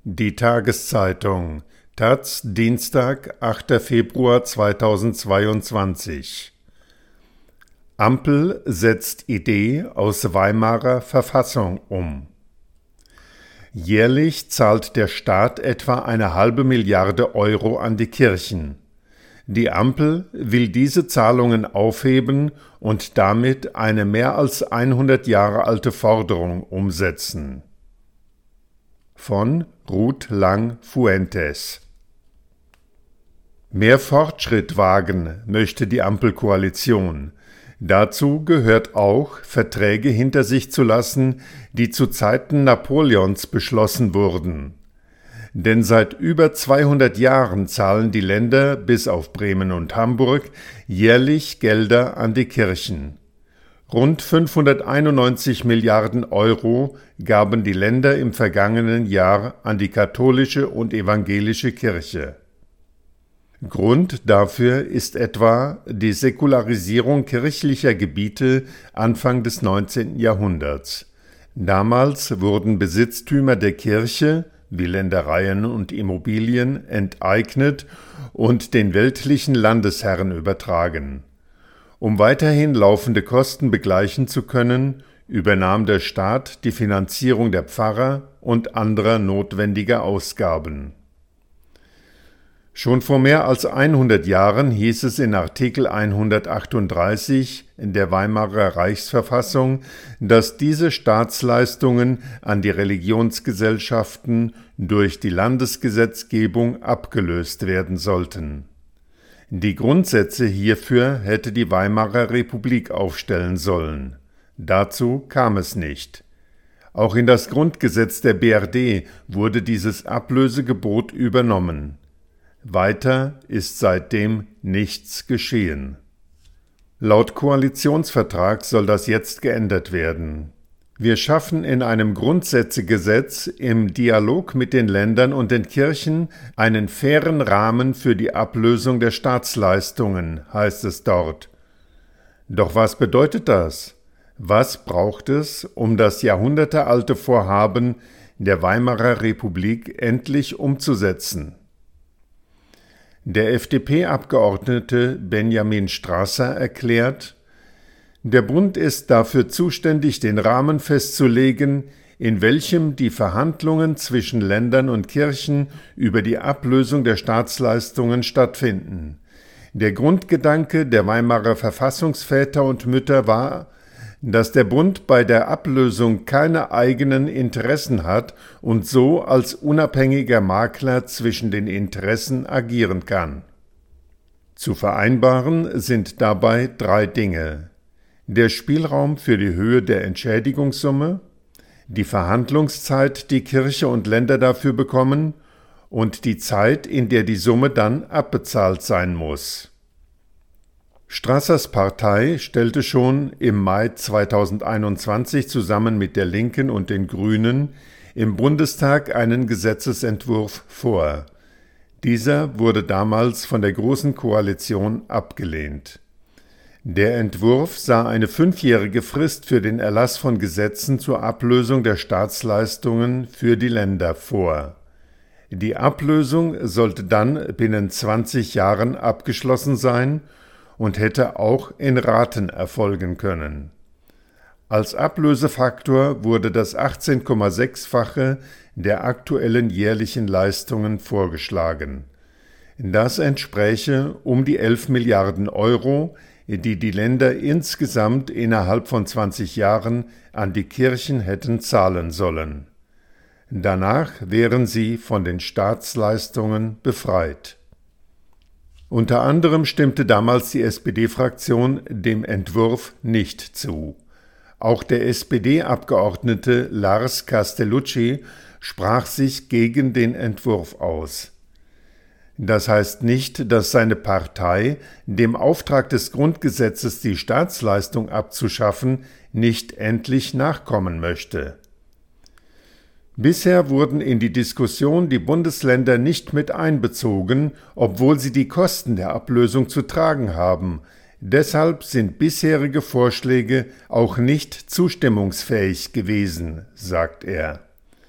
Die Tageszeitung taz, Dienstag, 8. Februar 2022. Ampel setzt Idee aus Weimarer Verfassung um. Jährlich zahlt der Staat etwa 1,5 Milliarde Euro an die Kirchen. Die Ampel will diese Zahlungen aufheben und damit eine mehr als 100 Jahre alte Forderung umsetzen. Von Ruth Lang-Fuentes. Mehr Fortschritt wagen möchte die Ampelkoalition. Dazu gehört auch, Verträge hinter sich zu lassen, die zu Zeiten Napoleons beschlossen wurden. Denn seit über 200 Jahren zahlen die Länder, bis auf Bremen und Hamburg, jährlich Gelder an die Kirchen. Rund 591 Milliarden Euro gaben die Länder im vergangenen Jahr an die katholische und evangelische Kirche. Grund dafür ist etwa die Säkularisierung kirchlicher Gebiete Anfang des 19. Jahrhunderts. Damals wurden Besitztümer der Kirche, wie Ländereien und Immobilien, enteignet und den weltlichen Landesherren übertragen. Um weiterhin laufende Kosten begleichen zu können, übernahm der Staat die Finanzierung der Pfarrer und anderer notwendiger Ausgaben. Schon vor mehr als 100 Jahren hieß es in Artikel 138 in der Weimarer Reichsverfassung, dass diese Staatsleistungen an die Religionsgesellschaften durch die Landesgesetzgebung abgelöst werden sollten. Die Grundsätze hierfür hätte die Weimarer Republik aufstellen sollen. Dazu kam es nicht. Auch in das Grundgesetz der BRD wurde dieses Ablösegebot übernommen. Weiter ist seitdem nichts geschehen. Laut Koalitionsvertrag soll das jetzt geändert werden. Wir schaffen in einem Grundsätzegesetz im Dialog mit den Ländern und den Kirchen einen fairen Rahmen für die Ablösung der Staatsleistungen, heißt es dort. Doch was bedeutet das? Was braucht es, um das jahrhundertealte Vorhaben der Weimarer Republik endlich umzusetzen? Der FDP-Abgeordnete Benjamin Strasser erklärt: Der Bund ist dafür zuständig, den Rahmen festzulegen, in welchem die Verhandlungen zwischen Ländern und Kirchen über die Ablösung der Staatsleistungen stattfinden. Der Grundgedanke der Weimarer Verfassungsväter und Mütter war, dass der Bund bei der Ablösung keine eigenen Interessen hat und so als unabhängiger Makler zwischen den Interessen agieren kann. Zu vereinbaren sind dabei 3 Dinge: der Spielraum für die Höhe der Entschädigungssumme, die Verhandlungszeit, die Kirche und Länder dafür bekommen, und die Zeit, in der die Summe dann abbezahlt sein muss. Strassers Partei stellte schon im Mai 2021 zusammen mit der Linken und den Grünen im Bundestag einen Gesetzesentwurf vor. Dieser wurde damals von der Großen Koalition abgelehnt. Der Entwurf sah eine 5-jährige Frist für den Erlass von Gesetzen zur Ablösung der Staatsleistungen für die Länder vor. Die Ablösung sollte dann binnen 20 Jahren abgeschlossen sein und hätte auch in Raten erfolgen können. Als Ablösefaktor wurde das 18,6-fache der aktuellen jährlichen Leistungen vorgeschlagen. Das entspräche um die 11 Milliarden Euro, die die Länder insgesamt innerhalb von 20 Jahren an die Kirchen hätten zahlen sollen. Danach wären sie von den Staatsleistungen befreit. Unter anderem stimmte damals die SPD-Fraktion dem Entwurf nicht zu. Auch der SPD-Abgeordnete Lars Castellucci sprach sich gegen den Entwurf aus. Das heißt nicht, dass seine Partei dem Auftrag des Grundgesetzes, die Staatsleistung abzuschaffen, nicht endlich nachkommen möchte. Bisher wurden in die Diskussion die Bundesländer nicht mit einbezogen, obwohl sie die Kosten der Ablösung zu tragen haben. Deshalb sind bisherige Vorschläge auch nicht zustimmungsfähig gewesen, sagt er.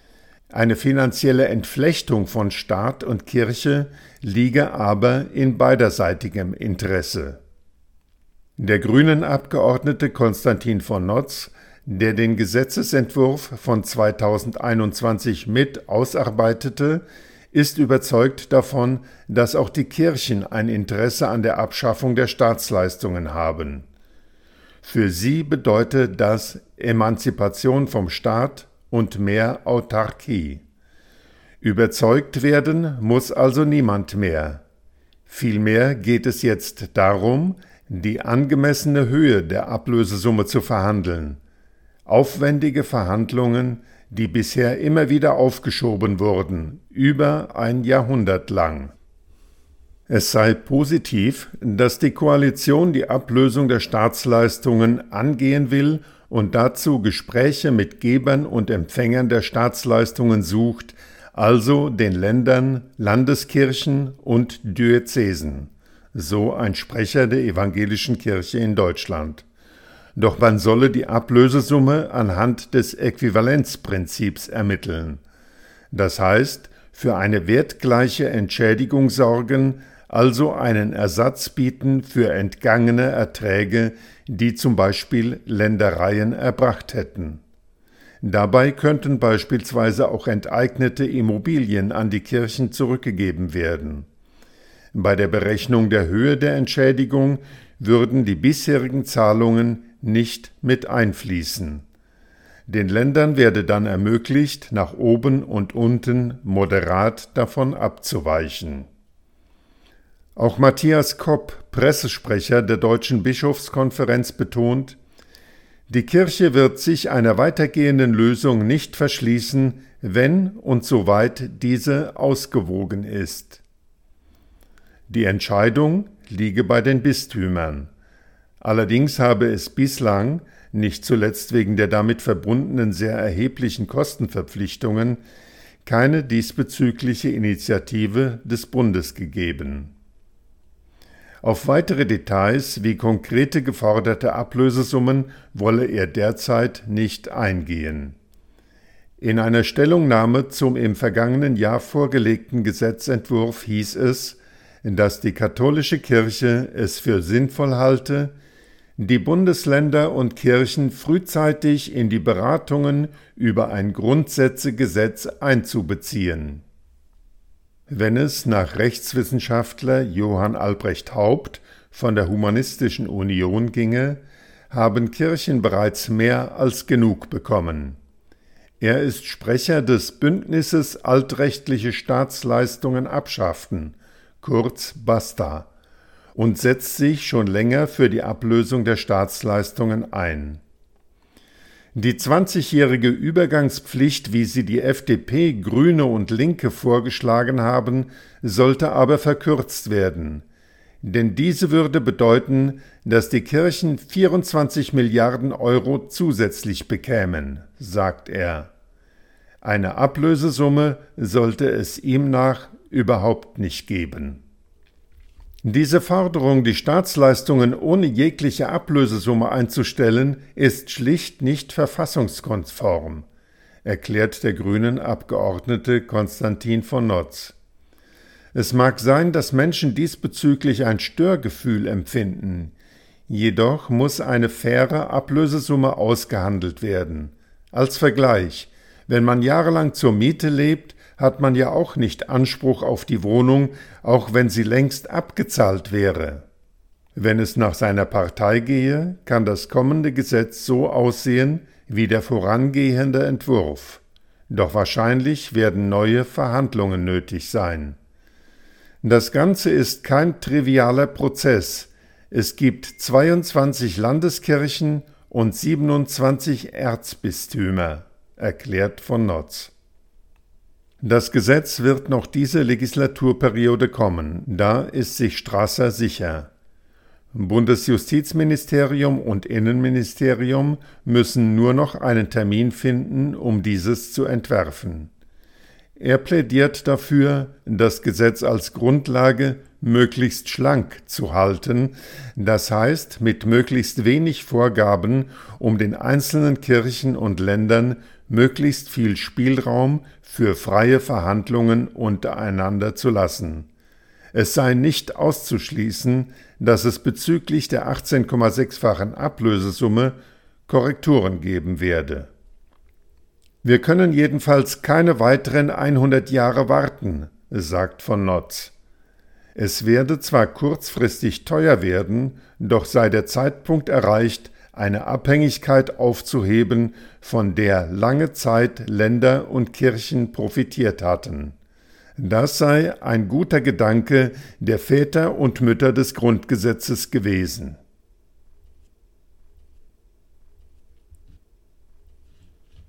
Eine finanzielle Entflechtung von Staat und Kirche liege aber in beiderseitigem Interesse. Der Grünen-Abgeordnete Konstantin von Notz, der den Gesetzesentwurf von 2021 mit ausarbeitete, ist überzeugt davon, dass auch die Kirchen ein Interesse an der Abschaffung der Staatsleistungen haben. Für sie bedeutet das Emanzipation vom Staat und mehr Autarkie. Überzeugt werden muss also niemand mehr. Vielmehr geht es jetzt darum, die angemessene Höhe der Ablösesumme zu verhandeln. Aufwendige Verhandlungen, die bisher immer wieder aufgeschoben wurden, über ein Jahrhundert lang. Es sei positiv, dass die Koalition die Ablösung der Staatsleistungen angehen will und dazu Gespräche mit Gebern und Empfängern der Staatsleistungen sucht, also den Ländern, Landeskirchen und Diözesen, so ein Sprecher der Evangelischen Kirche in Deutschland. Doch man solle die Ablösesumme anhand des Äquivalenzprinzips ermitteln. Das heißt, für eine wertgleiche Entschädigung sorgen, also einen Ersatz bieten für entgangene Erträge, die zum Beispiel Ländereien erbracht hätten. Dabei könnten beispielsweise auch enteignete Immobilien an die Kirchen zurückgegeben werden. Bei der Berechnung der Höhe der Entschädigung würden die bisherigen Zahlungen nicht mit einfließen. Den Ländern werde dann ermöglicht, nach oben und unten moderat davon abzuweichen. Auch Matthias Kopp, Pressesprecher der Deutschen Bischofskonferenz, betont: Die Kirche wird sich einer weitergehenden Lösung nicht verschließen, wenn und soweit diese ausgewogen ist. Die Entscheidung liege bei den Bistümern. Allerdings habe es bislang, nicht zuletzt wegen der damit verbundenen sehr erheblichen Kostenverpflichtungen, keine diesbezügliche Initiative des Bundes gegeben. Auf weitere Details wie konkrete geforderte Ablösesummen wolle er derzeit nicht eingehen. In einer Stellungnahme zum im vergangenen Jahr vorgelegten Gesetzentwurf hieß es, dass die katholische Kirche es für sinnvoll halte, die Bundesländer und Kirchen frühzeitig in die Beratungen über ein Grundsätzegesetz einzubeziehen. Wenn es nach Rechtswissenschaftler Johann Albrecht Haupt von der Humanistischen Union ginge, haben Kirchen bereits mehr als genug bekommen. Er ist Sprecher des Bündnisses Altrechtliche Staatsleistungen abschaffen, kurz BASTA, und setzt sich schon länger für die Ablösung der Staatsleistungen ein. Die 20-jährige Übergangspflicht, wie sie die FDP, Grüne und Linke vorgeschlagen haben, sollte aber verkürzt werden. Denn diese würde bedeuten, dass die Kirchen 24 Milliarden Euro zusätzlich bekämen, sagt er. Eine Ablösesumme sollte es ihm nach überhaupt nicht geben. Diese Forderung, die Staatsleistungen ohne jegliche Ablösesumme einzustellen, ist schlicht nicht verfassungskonform, erklärt der Grünen-Abgeordnete Konstantin von Notz. Es mag sein, dass Menschen diesbezüglich ein Störgefühl empfinden, jedoch muss eine faire Ablösesumme ausgehandelt werden. Als Vergleich: Wenn man jahrelang zur Miete lebt, hat man ja auch nicht Anspruch auf die Wohnung, auch wenn sie längst abgezahlt wäre. Wenn es nach seiner Partei gehe, kann das kommende Gesetz so aussehen wie der vorangehende Entwurf. Doch wahrscheinlich werden neue Verhandlungen nötig sein. Das Ganze ist kein trivialer Prozess. Es gibt 22 Landeskirchen und 27 Erzbistümer, erklärt von Notz. Das Gesetz wird noch diese Legislaturperiode kommen, da ist sich Strasser sicher. Bundesjustizministerium und Innenministerium müssen nur noch einen Termin finden, um dieses zu entwerfen. Er plädiert dafür, das Gesetz als Grundlage möglichst schlank zu halten, das heißt mit möglichst wenig Vorgaben, um den einzelnen Kirchen und Ländern möglichst viel Spielraum für freie Verhandlungen untereinander zu lassen. Es sei nicht auszuschließen, dass es bezüglich der 18,6-fachen Ablösesumme Korrekturen geben werde. Wir können jedenfalls keine weiteren 100 Jahre warten, sagt von Notz. Es werde zwar kurzfristig teuer werden, doch sei der Zeitpunkt erreicht, eine Abhängigkeit aufzuheben, von der lange Zeit Länder und Kirchen profitiert hatten. Das sei ein guter Gedanke der Väter und Mütter des Grundgesetzes gewesen.